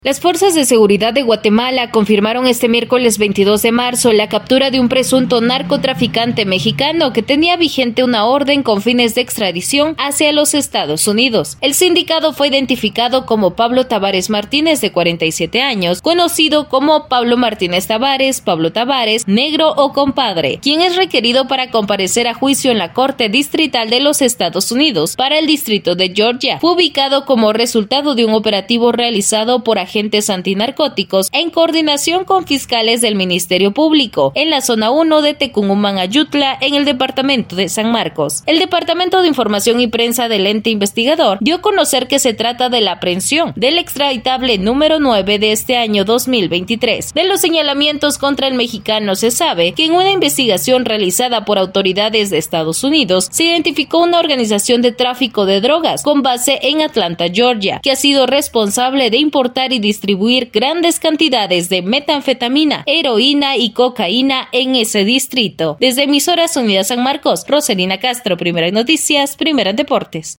Las fuerzas de seguridad de Guatemala confirmaron este miércoles 22 de marzo la captura de un presunto narcotraficante mexicano que tenía vigente una orden con fines de extradición hacia los Estados Unidos. El sindicado fue identificado como Pablo Tavares Martínez, de 47 años, conocido como Pablo Martínez Tavares, Pablo Tavares, Negro o Compadre, quien es requerido para comparecer a juicio en la Corte Distrital de los Estados Unidos para el Distrito de Georgia. Fue ubicado como resultado de un operativo realizado por agentes antinarcóticos en coordinación con fiscales del Ministerio Público en la zona 1 de Tecumumán, Ayutla, en el departamento de San Marcos. El Departamento de Información y Prensa del ente investigador dio a conocer que se trata de la aprehensión del extraditable número 9 de este año 2023. De los señalamientos contra el mexicano se sabe que en una investigación realizada por autoridades de Estados Unidos se identificó una organización de tráfico de drogas con base en Atlanta, Georgia, que ha sido responsable de importar y distribuir grandes cantidades de metanfetamina, heroína y cocaína en ese distrito. Desde Emisoras Unidas San Marcos, Roselina Castro, Primera en Noticias, Primera en Deportes.